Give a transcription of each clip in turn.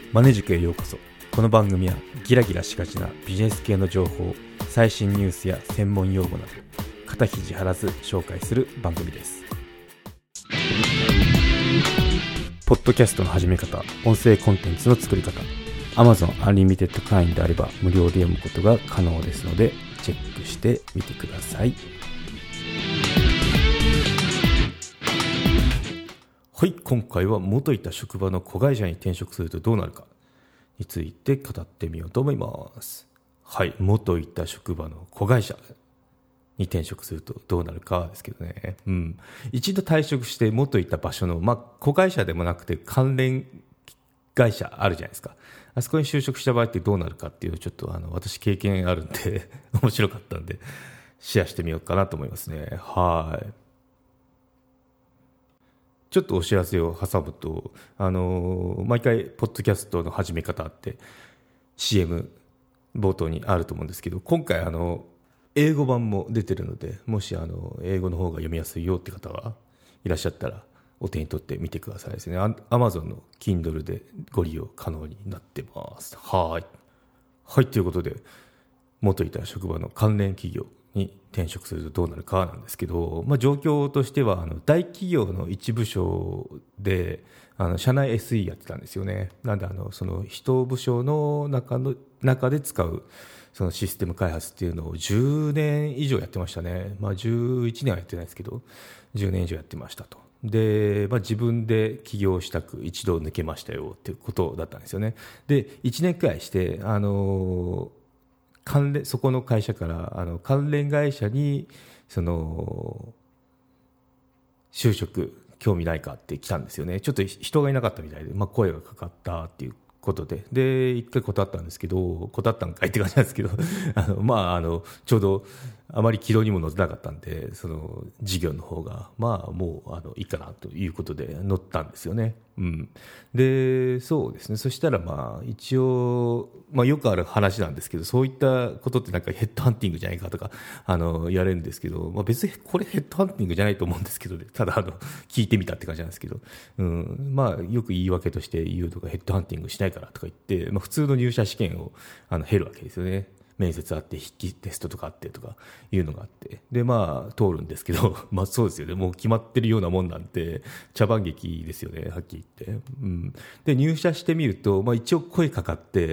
マネ塾へようこそ。この番組はギラギラしがちなビジネス系の情報、最新ニュースや専門用語など肩肘張らず紹介する番組です。ポッドキャストの始め方、音声コンテンツの作り方、 Amazon Unlimited 会員であれば無料で読むことが可能ですのでチェックしてみてください。はい、今回は元いた職場の子会社に転職するとどうなるかについて語ってみようと思います。はい、元いた職場の子会社に転職するとどうなるかですけどね。一度退職して元いた場所の、子会社でもなくて関連会社あるじゃないですか。あそこに就職した場合ってどうなるかっていうのをちょっと私経験あるんで面白かったんでシェアしてみようかなと思いますね。はい。ちょっとお知らせを挟むと、毎回ポッドキャストの始め方って CM 冒頭にあると思うんですけど、今回英語版も出てるので、もし英語の方が読みやすいよって方はいらっしゃったらお手に取ってみてくださいですね。Amazon の Kindle でご利用可能になってます。はい、ということで元いた職場の関連企業に転職するとどうなるかなんですけど、状況としては大企業の一部署で社内 SE やってたんですよね。なんでその一部署の中で使うそのシステム開発っていうのを10年以上やってましたね。11年はやってないですけど10年以上やってましたと。で、自分で起業したく一度抜けましたよっていうことだったんですよね。で1年くらいしてそこの会社から関連会社に就職興味ないかって来たんですよね。ちょっと人がいなかったみたいで、声がかかったっていうことで一回断ったんですけど、断ったんかいって感じなんですけどちょうどあまり軌道にも乗ってなかったんで、その事業の方がもういいかなということで乗ったんですよね。でそうですね。そしたら一応よくある話なんですけど、そういったことってなんかヘッドハンティングじゃないかとか言われるんですけど、別にこれヘッドハンティングじゃないと思うんですけどね。ただ聞いてみたって感じなんですけど、よく言い訳として言うとか、ヘッドハンティングしないからとか言って、普通の入社試験を経るわけですよね。面接あって筆記テストとかあってとかいうのがあって、で通るんですけどそうですよね。もう決まってるようなもんなんて茶番劇ですよね、はっきり言って。で入社してみると、一応声かかって、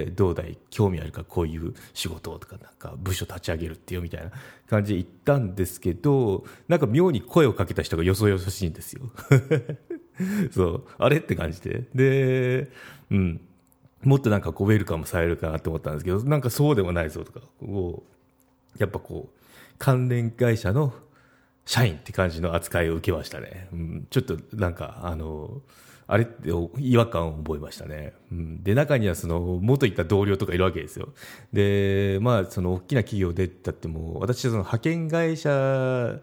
どうだい興味あるか、こういう仕事とか、なんか部署立ち上げるってよみたいな感じで言ったんですけど、なんか妙に声をかけた人がよそよそしいんですよそうあれって感じでもっとなんかウェルカムされるかなと思ったんですけど、なんかそうでもないぞとか、やっぱ関連会社の社員って感じの扱いを受けましたね。ちょっとなんかあれって違和感を覚えましたね。で中には元いた同僚とかいるわけですよ。でその大きな企業でだっても、私はその派遣会社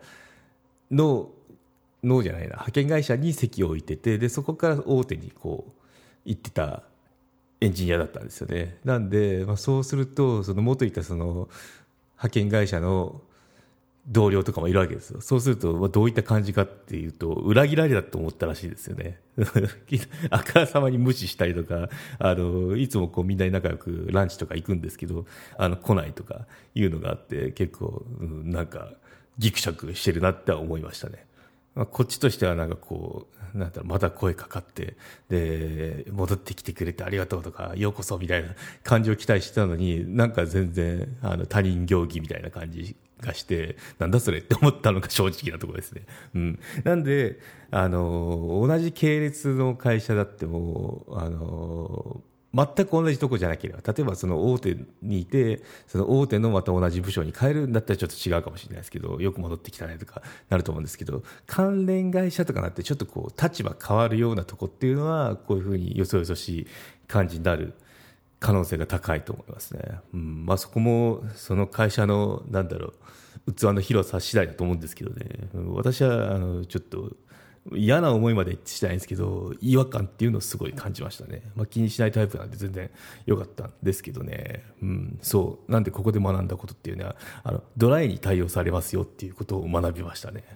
派遣会社に席を置いてて、でそこから大手に行ってたエンジニアだったんですよね。なんで、そうすると元いた派遣会社の同僚とかもいるわけですよ。そうするとどういった感じかっていうと、裏切られたと思ったらしいですよねあからさまに無視したりとか、いつもみんなに仲良くランチとか行くんですけど来ないとかいうのがあって、結構、なんかギクシャクしてるなって思いましたね。こっちとしてはなんかまた声かかって、で戻ってきてくれてありがとうとか、ようこそみたいな感じを期待してたのに、なんか全然他人行儀みたいな感じがして、なんだそれって思ったのが正直なところですね。なんで同じ系列の会社だっても全く同じとこじゃなければ、例えばその大手にいて、その大手のまた同じ部署に変えるんだったらちょっと違うかもしれないですけど、よく戻ってきたねとかなると思うんですけど、関連会社とかなってちょっと立場変わるようなとこっていうのは、こういうふうによそよそしい感じになる可能性が高いと思いますね。そこもその会社の器の広さ次第だと思うんですけどね。私はちょっと嫌な思いまでしたいんですけど、違和感っていうのをすごい感じましたね。気にしないタイプなんで全然良かったんですけどね。そうなんで、ここで学んだことっていうのはドライに対応されますよっていうことを学びましたね。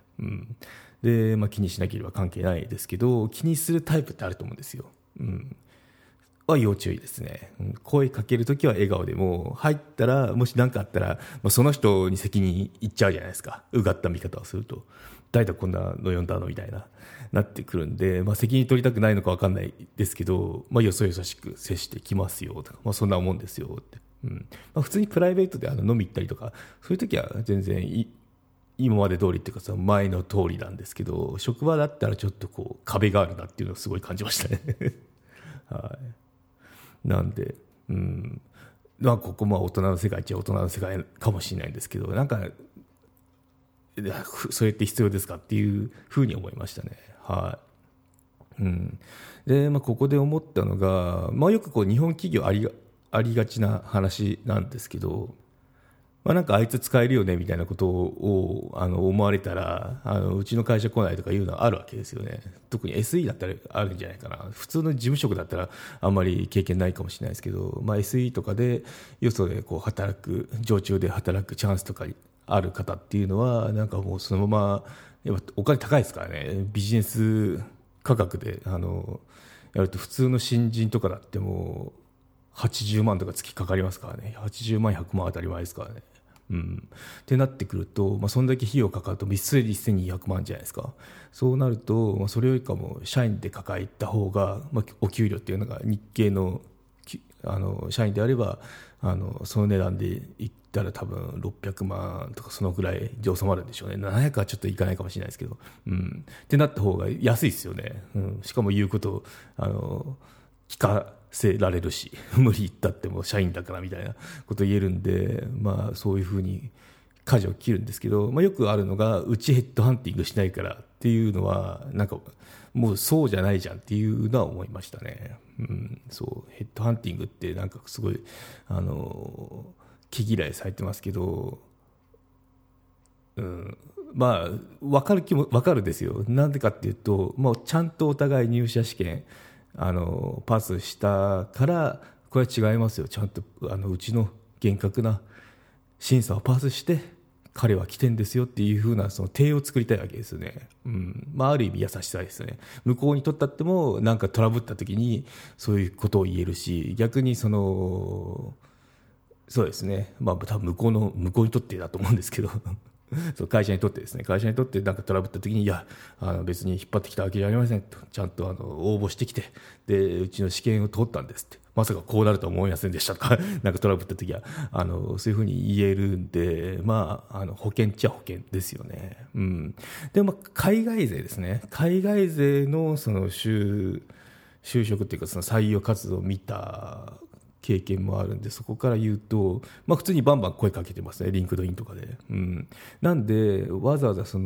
で、気にしなければ関係ないですけど、気にするタイプってあると思うんですよ。 は要注意ですね。声かけるときは笑顔でも、入ったら、もし何かあったら、その人に責任いっちゃうじゃないですか。うがった見方をすると。誰だこんなの呼んだのみたいな、なってくるんで、責任取りたくないのか分かんないですけど、よそよそしく接してきますよとか、そんなもんですよって。普通にプライベートで飲み行ったりとか、そういうときは全然今まで通りっていうか、その前の通りなんですけど、職場だったらちょっと壁があるなっていうのをすごい感じましたね。はい。なんで、ここ大人の世界っちゃ大人の世界かもしれないんですけど、それって必要ですかっていうふうに思いましたね。はい。で、ここで思ったのが、よく日本企業ありがちな話なんですけど、あいつ使えるよねみたいなことを思われたらうちの会社来ないとかいうのはあるわけですよね。特に SE だったらあるんじゃないかな。普通の事務職だったらあんまり経験ないかもしれないですけど、SE とかでよそで働く、常駐で働くチャンスとかある方っていうのはもうそのままやっぱお金高いですからね。ビジネス価格でやると普通の新人とかだってもう80万とか月かかりますからね。80万100万当たり前ですからね。ってなってくると、そんだけ費用かかると密数で1200万じゃないですか。そうなると、それよりかも社員で抱えた方が、お給料っていうのが日系の社員であればその値段でいったら多分600万とかそのぐらいで収まるんでしょうね。700はちょっといかないかもしれないですけど、ってなった方が安いですよね。しかも言うこと聞かせられるし、無理言ったっても社員だからみたいなこと言えるんで、そういうふうに舵を切るんですけど、よくあるのがうちヘッドハンティングしないからっていうのはもうそうじゃないじゃんっていうのは思いましたね。そうヘッドハンティングってすごい毛嫌いされてますけど、分かる気も分かるんですよ。なんでかっていうと、もうちゃんとお互い入社試験パスしたからこれは違いますよ。ちゃんとうちの厳格な審査をパスして彼は来てんですよっていう風なその体を作りたいわけですよね。ある意味優しさですよね。向こうにとったってもトラブった時にそういうことを言えるし、逆にそうですね、多分向こうにとってだと思うんですけどそう会社にとってですね、会社にとってトラブった時に、いや別に引っ張ってきたわけじゃありませんと、ちゃんと応募してきて、でうちの試験を通ったんですって、まさかこうなるとは思いませんでしたとかトラブった時はそういうふうに言えるんで、保険っちゃ保険ですよね。で海外勢ですね。海外勢の就職っていうかその採用活動を見た経験もあるんで、そこから言うと、普通にバンバン声かけてますね、リンクドインとかで。なんでわざわざヘ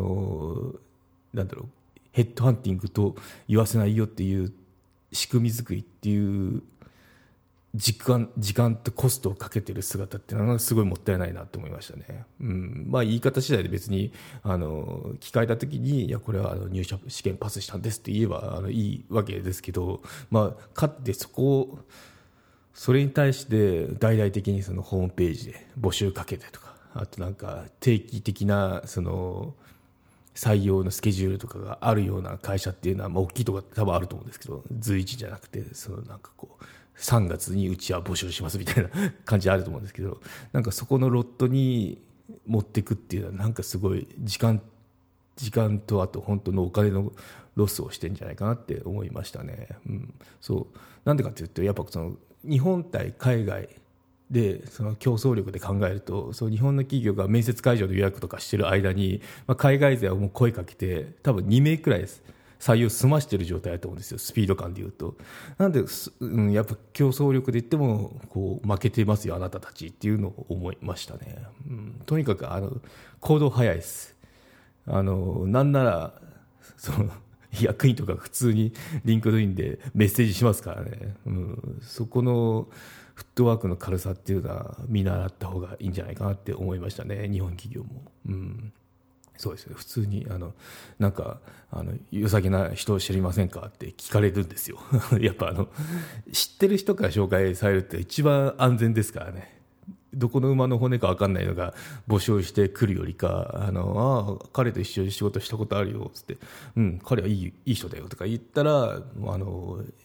ッドハンティングと言わせないよっていう仕組み作りっていう時間とコストをかけてる姿っていうのはすごいもったいないなと思いましたね。言い方次第で別に聞かれた時に、いやこれは入社試験パスしたんですって言えばいいわけですけど、かってそれに対して大々的にそのホームページで募集かけてとか、あと定期的な採用のスケジュールとかがあるような会社っていうのは、大きいところ多分あると思うんですけど、随一じゃなくて3月にうちは募集しますみたいな感じあると思うんですけど、そこのロットに持っていくっていうのはすごい時間とあと本当のお金のロスをしてるんじゃないかなって思いましたね。そうなんでかっていうと、やっぱ日本対海外でその競争力で考えると、日本の企業が面接会場の予約とかしてる間に、海外勢はもう声かけて多分2名くらい採用済ましてる状態だと思うんですよ、スピード感でいうと。なんで、やっぱ競争力で言っても負けてますよあなたたちっていうのを思いましたね。とにかく行動早いです。なんなら役員とか普通にリンクドインでメッセージしますからね。そこのフットワークの軽さっていうのは見習った方がいいんじゃないかなって思いましたね、日本企業も。そうですね、普通に良さげな人知りませんかって聞かれるんですよやっぱ知ってる人から紹介されるって一番安全ですからね。どこの馬の骨か分かんないのが募集してくるよりか、彼と一緒に仕事したことあるよっつって、彼はいい人だよとか言ったら、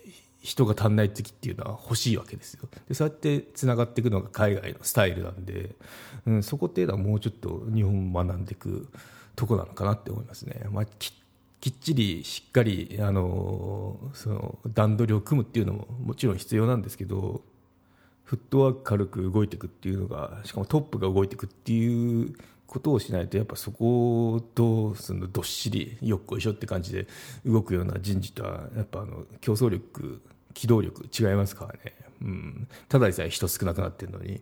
人が足んない時っていうのは欲しいわけですよ。でそうやってつながっていくのが海外のスタイルなんで、そこっていうのはもうちょっと日本学んでいくとこなのかなって思いますね。きっちりしっかりその段取りを組むっていうのももちろん必要なんですけど、フットワーク軽く動いていくっていうのが、しかもトップが動いていくっていうことをしないと、やっぱそことそのどっしりよっこいしょって感じで動くような人事とはやっぱ競争力、機動力違いますからね。ただでさえ人少なくなってるのに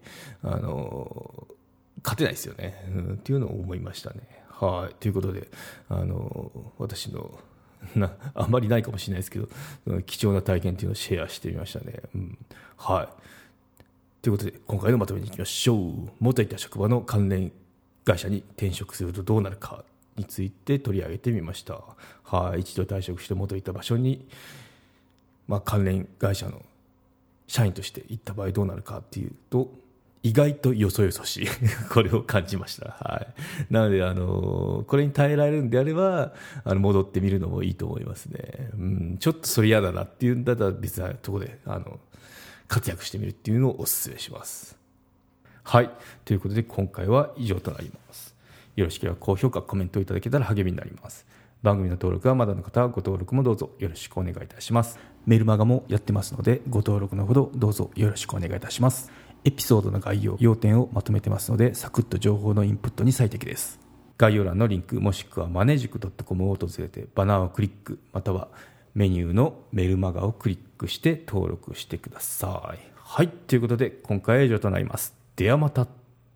勝てないですよね、っていうのを思いましたね。はい、ということで私のあんまりないかもしれないですけど、貴重な体験っていうのをシェアしてみましたね。はい。ということで今回のまとめにいきましょう。元いた職場の関連会社に転職するとどうなるかについて取り上げてみました。はい。一度退職して元いた場所に、関連会社の社員として行った場合どうなるかっていうと、意外とよそよそしいこれを感じました。はい。なのでこれに耐えられるんであれば戻ってみるのもいいと思いますね。ちょっとそれ嫌だなっていうんだったら別なところで活躍してみるっていうのをお勧めします。はい。ということで今回は以上となります。よろしければ高評価、コメントいただけたら励みになります。番組の登録はまだの方はご登録もどうぞよろしくお願いいたします。メルマガもやってますのでご登録のほどどうぞよろしくお願いいたします。エピソードの概要、要点をまとめてますのでサクッと情報のインプットに最適です。概要欄のリンクもしくはマネジク .com を訪れてバナーをクリック、またはメニューのメルマガをクリックして登録してください。はい。ということで今回は以上となります。ではまた。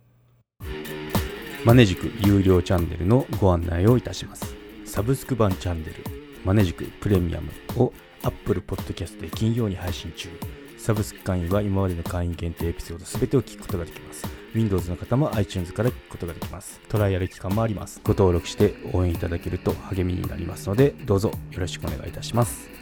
マネジク有料チャンネルのご案内をいたします。サブスク版チャンネルマネジクプレミアムを Apple Podcast で金曜に配信中。サブスク会員は今までの会員限定エピソード全てを聞くことができます。 Windows の方も iTunes から聞くことができます。トライアル期間もあります。ご登録して応援いただけると励みになりますのでどうぞよろしくお願いいたします。